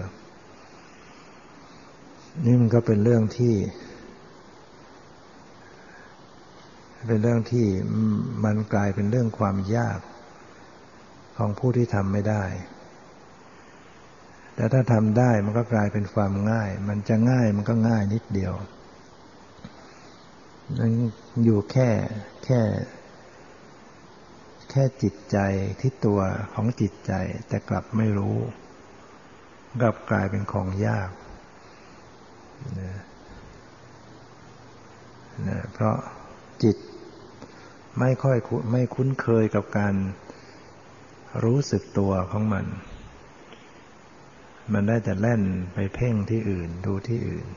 นี่มันก็เป็นเรื่องที่มันกลายเป็นเรื่องความยากของผู้ที่ทำไม่ได้แต่ถ้าทำได้มันก็กลายเป็นความง่ายมันจะง่ายมันก็ง่ายนิดเดียวนั่นอยู่แค่จิตใจที่ตัวของจิตใจแต่กลับไม่รู้กลับกลายเป็นของยากนะเพราะจิตไม่คุ้นเคยกับการรู้สึกตัวของมันได้แต่แล่นไปเพ่งที่อื่นดูที่อื่น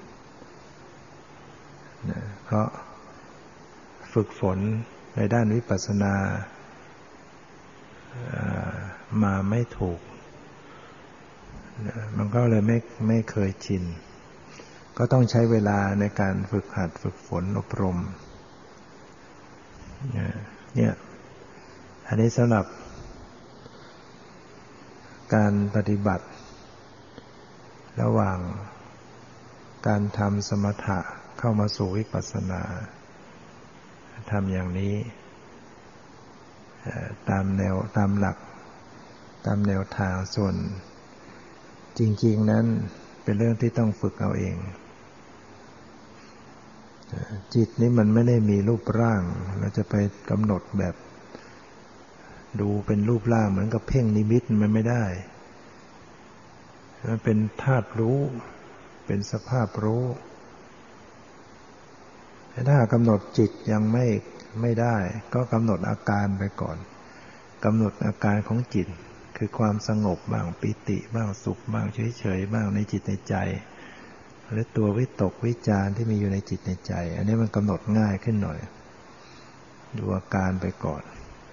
นะเพราะฝึกฝนในด้านวิปัสสนามาไม่ถูกมันก็เลยไม่เคยชินก็ต้องใช้เวลาในการฝึกหัดฝึกฝนอบรมเนี่ยอันนี้สำหรับการปฏิบัติระหว่างการทำสมถะเข้ามาสู่วิปัสสนาทำอย่างนี้ตามหลักตามแนวทางส่วนจริงๆนั้นเป็นเรื่องที่ต้องฝึกเอาเองจิตนี้มันไม่ได้มีรูปร่างเราจะไปกำหนดแบบดูเป็นรูปร่างเหมือนกับเพ่งนิมิตมันไม่ได้มันเป็นธาตุรู้เป็นสภาพรู้ถ้ากำหนดจิตยังไม่ได้ก็กำหนดอาการไปก่อนกำหนดอาการของจิตคือความสงบบ้างปิติบ้างสุขบ้างเฉยๆบ้างในจิตในใจหรือตัววิตกวิจารที่มีอยู่ในจิตในใจอันนี้มันกำหนดง่ายขึ้นหน่อยดูอาการไปก่อน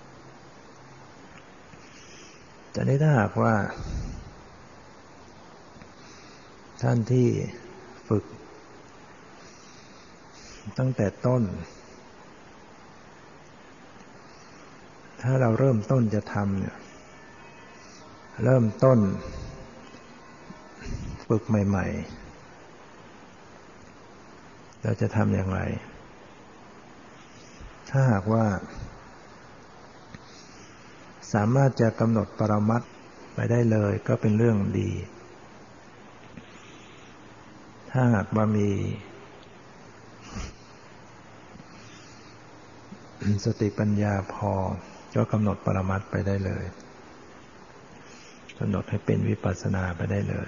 แต่นี้ถ้าหากว่าท่านที่ฝึกตั้งแต่ต้นถ้าเราเริ่มต้นจะทำเนี่ยเริ่มต้นฝึกใหม่ๆเราจะทำอย่างไรถ้าหากว่าสามารถจะกำหนดปรมัตถ์ไปได้เลยก็เป็นเรื่องดีถ้าหากว่ามีสติปัญญาพอก็กำหนดปรมัตถ์ไปได้เลยกำหนดให้เป็นวิปัสสนาไปได้เลย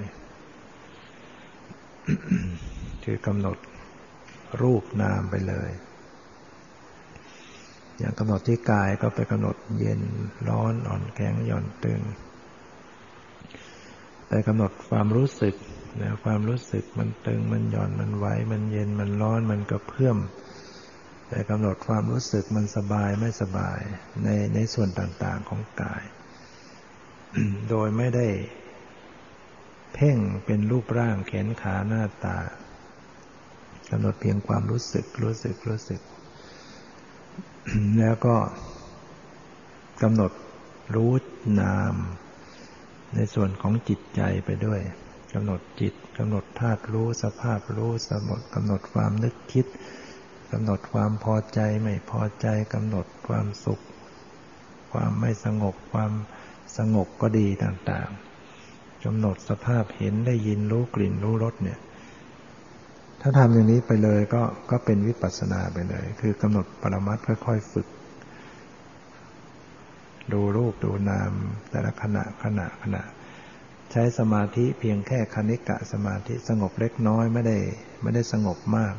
คือกำหนดรูปนามไปเลยอย่างกำหนดที่กายก็ไปกำหนดเย็นร้อนอ่อนแข็งหย่อนตึงไปกำหนดความรู้สึกนะความรู้สึกมันตึงมันหย่อนมันไหวมันเย็นมันร้อนมันกระเพื่อมไปกำหนดความรู้สึกมันสบายไม่สบายในส่วนต่างๆของกายโดยไม่ได้เพ่งเป็นรูปร่างแขนขาหน้าตากำหนดเพียงความรู้สึกแล้วก็กำหนดรู้นามในส่วนของจิตใจไปด้วยกำหนดจิตกำหนดธาตุรู้สภาพรู้กำหนดความนึกคิดกำหนดความพอใจไม่พอใจกำหนดความสุขความไม่สงบความสงบก็ดีต่างๆกำหนดสภาพเห็นได้ยินรู้กลิ่นรู้รสเนี่ยถ้าทำอย่างนี้ไปเลยก็เป็นวิปัสสนาไปเลยคือกำหนดปรมัตถ์ค่อยๆฝึกดูรูปดูนามแต่ละขณะใช้สมาธิเพียงแค่คณิกะสมาธิสงบเล็กน้อยไม่ได้สงบมาก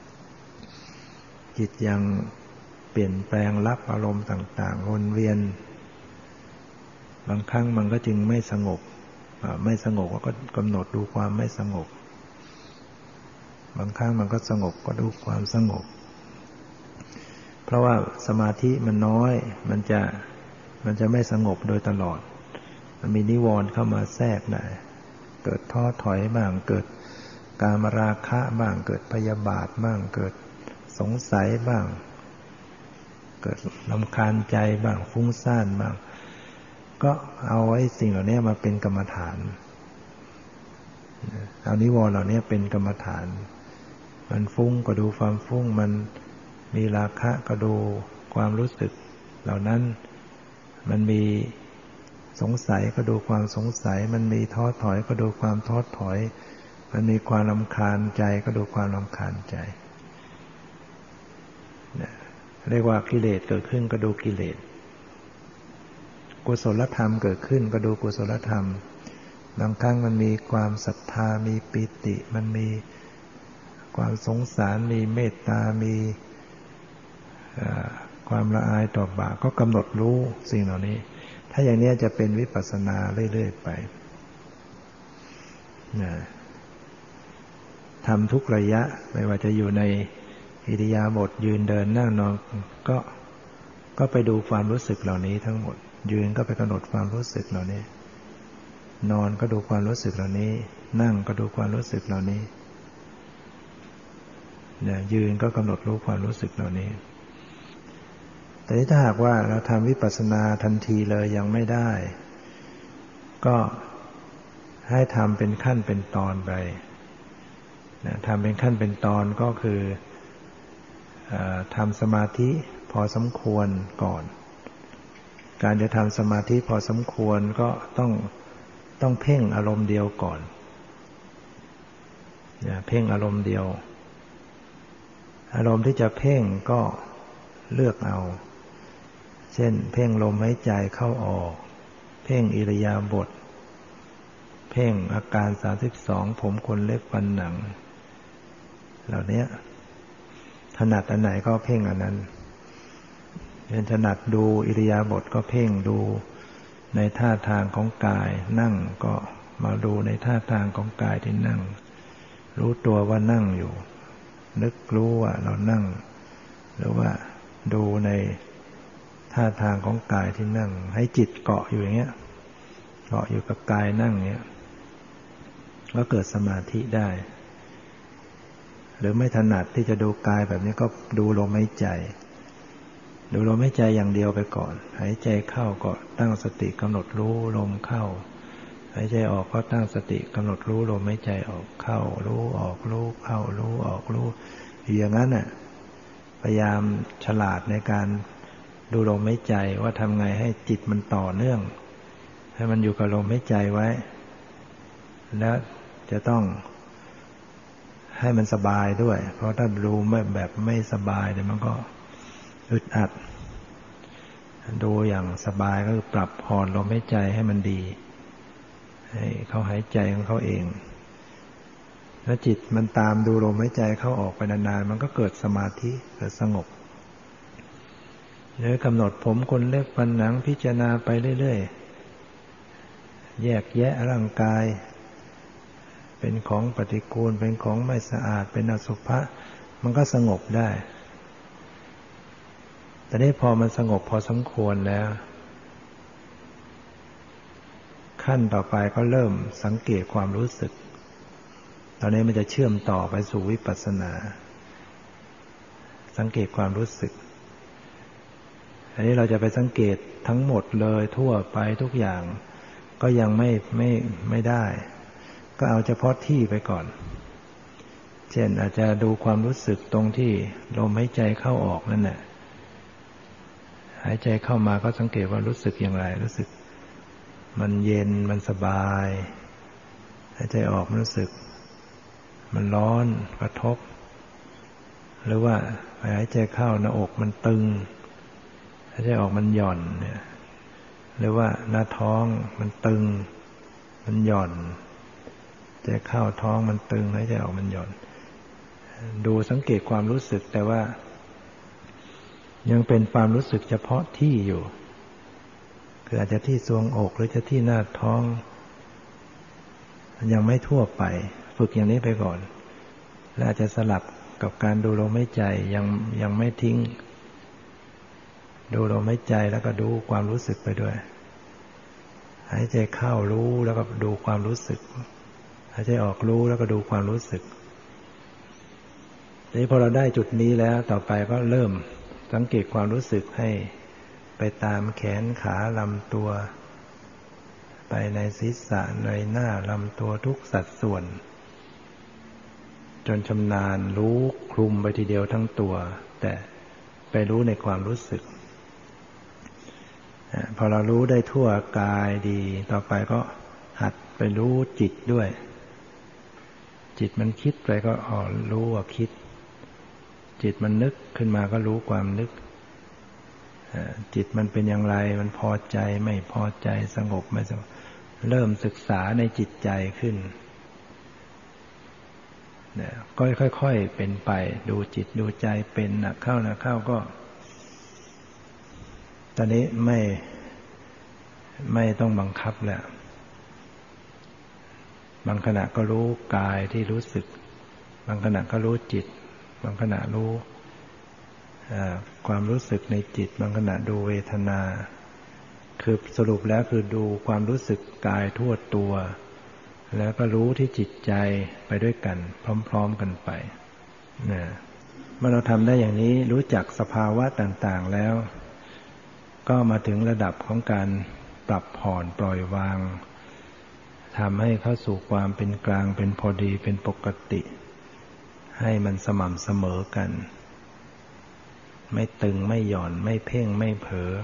จิตยังเปลี่ยนแปลงรับอารมณ์ต่างๆวนเวียนบางครั้งมันก็จึงไม่สงบก็กำหนดดูความไม่สงบบางครั้งมันก็สงบก็ดูความสงบเพราะว่าสมาธิมันน้อยมันจะไม่สงบโดยตลอดมันมีนิวรณ์เข้ามาแทรกได้เกิดท้อถอยบ้างเกิดกามราคะบ้างเกิดพยาบาทบ้างเกิดสงสัยบ้างเกิดรำคาญใจบ้างฟุ้งซ่านบ้างก็เอาไอ้สิ่งเหล่านี้มาเป็นกรรมฐานเอานิวรณ์เหล่านี้เป็นกรรมฐานมันฟุ้งก็ดูความฟุ้งมันมีราคะก็ดูความรู้สึกเหล่านั้นมันมีสงสัยก็ดูความสงสัยมันมีท้อถอยก็ดูความท้อถอยมันมีความรำคาญใจก็ดูความรำคาญใจเรียกว่ากิเลสเกิดขึ้นก็ดูกิเลสกุศลธรรมเกิดขึ้นก็ดูกุศลธรรมบางครั้งมันมีความศรัทธามีปิติมันมีความสงสารมีเมตตามีความละอายต่อบาปก็กำหนดรู้สิ่งเหล่านี้ถ้าอย่างนี้จะเป็นวิปัสสนาเรื่อยๆไปทำทุกระยะไม่ว่าจะอยู่ในอิริยาบถยืนเดินนั่งนอนก็ไปดูความรู้สึกเหล่านี้ทั้งหมดยืนก็ไปกำหนดความรู้สึกเหล่านี้นอนก็ดูความรู้สึกเหล่านี้นั่งก็ดูความรู้สึกเหล่านี้ยืนก็กำหนดรู้ความรู้สึกเหล่านี้แต่ถ้าหากว่าเราทำวิปัสสนาทันทีเลยยังไม่ได้ก็ให้ทำเป็นขั้นเป็นตอนไปทำเป็นขั้นเป็นตอนก็คือทำสมาธิพอสมควรก่อนการจะทำสมาธิพอสมควรก็ต้องเพ่งอารมณ์เดียวก่อนเพ่งอารมณ์เดียวอารมณ์ที่จะเพ่งก็เลือกเอาเช่นเพ่งลมหายใจเข้าออกเพ่งอิริยาบถเพ่งอาการ32ผมขนเล็บฟันหนังเหล่านี้ถนัดอันไหนก็เพ่งอันนั้นถนัดดูอิริยาบถก็เพ่งดูในท่าทางของกายนั่งก็มาดูในท่าทางของกายที่นั่งรู้ตัวว่านั่งอยู่นึกรู้ว่าเรานั่งหรือว่าดูในท่าทางของกายที่นั่งให้จิตเกาะอยู่อย่างเงี้ยเกาะอยู่กับกายนั่งเงี้ยก็เกิดสมาธิได้หรือไม่ถนัดที่จะดูกายแบบนี้ก็ดูลมหายใจดูลมหายใจอย่างเดียวไปก่อนหายใจเข้าก็ตั้งสติกำหนดรู้ลมเข้าหายใจออกก็ตั้งสติกำหนดรู้ลมหายใจออกเข้ารู้ออกรู้เข้ารู้ออกรู้อย่างนั้นน่ะพยายามฉลาดในการดูลมหายใจว่าทำไงให้จิตมันต่อเนื่องให้มันอยู่กับลมหายใจไว้แล้วจะต้องให้มันสบายด้วยเพราะถ้าดูแบบไม่สบายเดี๋ยวมันก็อึดอัดดูอย่างสบายก็คือปรับผ่อนลมหายใจให้มันดีให้เขาหายใจของเขาเองแล้วจิตมันตามดูลมหายใจเข้าออกไปนานๆมันก็เกิดสมาธิเกิดสงบหรือกำหนดผมขนเล็บฟันหนังพิจารณาไปเรื่อยๆแยกแยะร่างกายเป็นของปฏิกูลเป็นของไม่สะอาดเป็นอสุภะมันก็สงบได้แต่นี้พอมันสงบพอสมควรแล้วขั้นต่อไปก็เริ่มสังเกตความรู้สึกตอนนี้มันจะเชื่อมต่อไปสู่วิปัสสนาสังเกตความรู้สึกอันนี้เราจะไปสังเกตทั้งหมดเลยทั่วไปทุกอย่างก็ยังไม่ได้ก็เอาเฉพาะที่ไปก่อนเช่นอาจจะดูความรู้สึกตรงที่ลมหายใจเข้าออกนั่นแหละหายใจเข้ามาก็สังเกตว่ารู้สึกอย่างไรรู้สึกมันเย็นมันสบายหายใจออกมันรู้สึกมันร้อนกระทบหรือว่าหายใจเข้าหน้าอกมันตึงหายใจออกมันหย่อนเนี่ยหรือว่าหน้าท้องมันตึงมันหย่อนหายใจเข้าท้องมันตึงหายใจออกมันหย่อนดูสังเกตความรู้สึกแต่ว่ายังเป็นความรู้สึกเฉพาะที่อยู่คืออาจจะที่ทรวงอกหรือจะที่หน้าท้องยังไม่ทั่วไปฝึกอย่างนี้ไปก่อนและอาจจะสลับกับการดูลมหายใจยังไม่ทิ้งดูลมหายใจแล้วก็ดูความรู้สึกไปด้วยหายใจเข้ารู้แล้วก็ดูความรู้สึกหายใจออกรู้แล้วก็ดูความรู้สึกทีนี้พอเราได้จุดนี้แล้วต่อไปก็เริ่มสังเกตความรู้สึกให้ไปตามแขนขาลำตัวไปในศีรษะในหน้าลำตัวทุกสัดส่วนจนชำนาญรู้คลุมไปทีเดียวทั้งตัวแต่ไปรู้ในความรู้สึกพอเรารู้ได้ทั่วกายดีต่อไปก็หัดไปรู้จิตด้วยจิตมันคิดไปก็รู้ว่าคิดจิตมันนึกขึ้นมาก็รู้ความนึกจิตมันเป็นอย่างไรมันพอใจไม่พอใจสงบไม่สงบเริ่มศึกษาในจิตใจขึ้นก็ค่อยๆเป็นไปดูจิตดูใจเป็นหนักเข้าก็ตอนนี้ไม่ต้องบังคับแล้วบางขณะก็รู้กายที่รู้สึกบางขณะก็รู้จิตบางขณะรู้ความรู้สึกในจิตบางขณะดูเวทนาคือสรุปแล้วคือดูความรู้สึกกายทั่วตัวแล้วก็รู้ที่จิตใจไปด้วยกันพร้อมๆกันไปเมื่อเราทำได้อย่างนี้รู้จักสภาวะต่างๆแล้วก็มาถึงระดับของการปรับผ่อนปล่อยวางทำให้เข้าสู่ความเป็นกลางเป็นพอดีเป็นปกติให้มันสม่ำเสมอกันไม่ตึงไม่หย่อนไม่เพ่งไม่เผลอ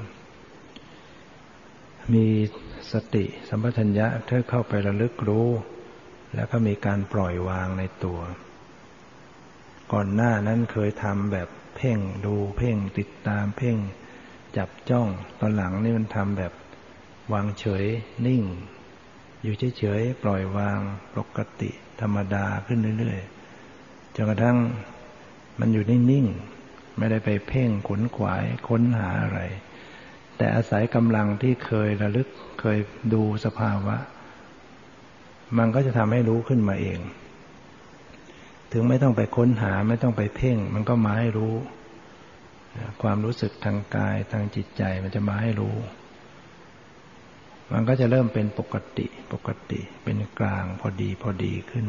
มีสติสัมปชัญญะเพื่อเข้าไประลึกรู้แล้วก็มีการปล่อยวางในตัวก่อนหน้านั้นเคยทำแบบเพ่งดูเพ่งติดตามเพ่งจับจ้องตอนหลังนี่มันทำแบบวางเฉยนิ่งอยู่เฉยๆปล่อยวางปกติธรรมดาขึ้นเรื่อยๆจนกระทั่งมันอยู่นิ่งๆไม่ได้ไปเพ่งขวนขวายค้นหาอะไรแต่อาศัยกำลังที่เคยระลึกเคยดูสภาวะมันก็จะทำให้รู้ขึ้นมาเองถึงไม่ต้องไปค้นหาไม่ต้องไปเพ่งมันก็มาให้รู้ความรู้สึกทางกายทางจิตใจมันจะมาให้รู้มันก็จะเริ่มเป็นปกติเป็นกลางพอดีขึ้น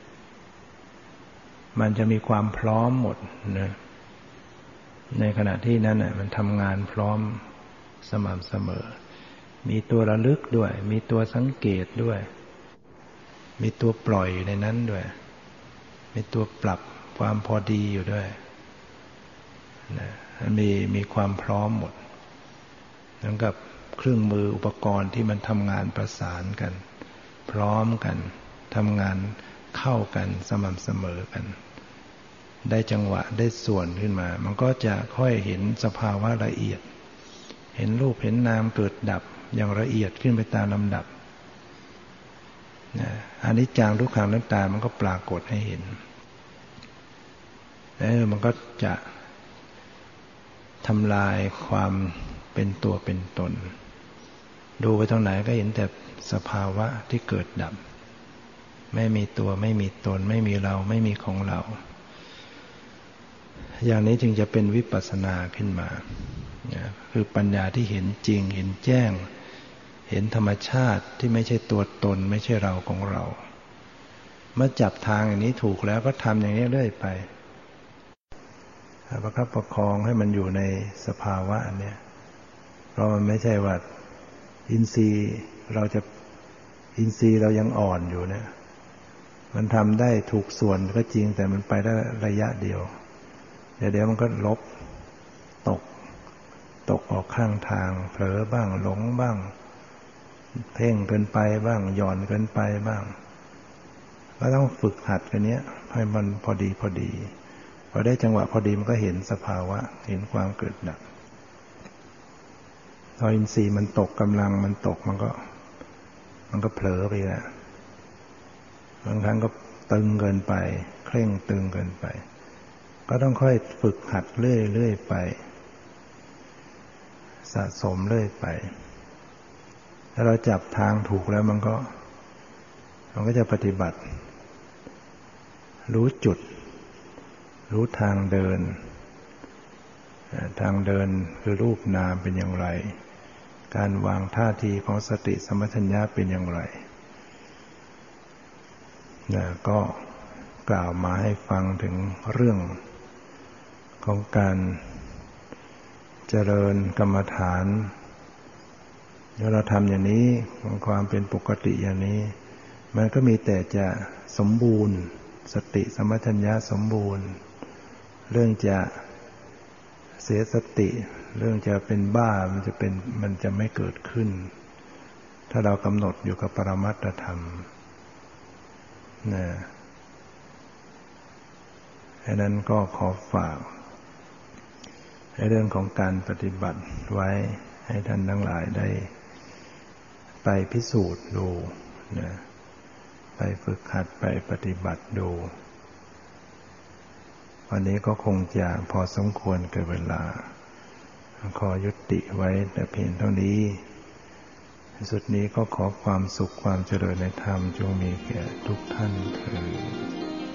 มันจะมีความพร้อมหมดนะในขณะที่นั้นน่ะมันทำงานพร้อมสม่ำเสมอมีตัวระลึกด้วยมีตัวสังเกตด้วยมีตัวปล่อยอยู่ในนั้นด้วยมีตัวปรับความพอดีอยู่ด้วยนะมีความพร้อมหมดเหมือนกับเครื่องมืออุปกรณ์ที่มันทำงานประสานกันพร้อมกันทำงานเข้ากันสม่ำเสมอกันได้จังหวะได้ส่วนขึ้นมามันก็จะค่อยเห็นสภาวะละเอียดเห็นรูปเห็นนามเกิดดับอย่างละเอียดขึ้นไปตามลำดับอนิจจังทุกขังอนัตตามันก็ปรากฏให้เห็นมันก็จะทำลายความเป็นตัวเป็นตนดูไปตรงไหนก็เห็นแต่สภาวะที่เกิดดับไม่มีตัวไม่มีตนไม่มีเราไม่มีของเราอย่างนี้จึงจะเป็นวิปัสสนาขึ้นมาคือปัญญาที่เห็นจริงเห็นแจ้งเห็นธรรมชาติที่ไม่ใช่ตัวตนไม่ใช่เราของเราเมื่อจับทางอย่างนี้ถูกแล้วก็ทำอย่างนี้เรื่อยไปประคับประคองให้มันอยู่ในสภาวะนี้เพราะมันไม่ใช่ว่าอินทรีย์เรายังอ่อนอยู่เนี่ยมันทำได้ถูกส่วนก็จริงแต่มันไปได้ระยะเดียวเดี๋ยวมันก็ลบตกออกข้างทางเผลอบ้างหลงบ้างเพ่งเกินไปบ้างหย่อนเกินไปบ้างก็ต้องฝึกหัดกันเนี้ยให้มันพอดีพอได้จังหวะพอดีมันก็เห็นสภาวะเห็นความเกิดดับพออินทรีย์มันตกกำลังมันตกมันก็เผลอไปแล้วบางครั้งก็ตึงเกินไปเคร่งตึงเกินไปก็ต้องค่อยฝึกหัดเรื่อยไปสะสมเรื่อยไปถ้าเราจับทางถูกแล้วมันก็จะปฏิบัติรู้จุดรู้ทางเดินทางเดินคือรูปนามเป็นอย่างไรการวางท่าทีของสติสัมปชัญญะเป็นอย่างไรก็กล่าวมาให้ฟังถึงเรื่องของการเจริญกรรมฐานแล้วเราทำอย่างนี้ของความเป็นปกติอย่างนี้มันก็มีแต่จะสมบูรณ์สติสัมปชัญญะสมบูรณ์เรื่องจะเสียสติเรื่องจะเป็นบ้ามันจะไม่เกิดขึ้นถ้าเรากำหนดอยู่กับปรมัตถธรรมดังนั้นก็ขอฝากในเรื่องของการปฏิบัติไว้ให้ท่านทั้งหลายได้ไปพิสูจน์ดูไปฝึกหัดไปปฏิบัติดูวันนี้ก็คงจะพอสมควรแก่เวลาขอยุติไว้แต่เพียงเท่านี้สุดนี้ก็ขอความสุขความเจริญในธรรมจงมีแก่ทุกท่านเถิด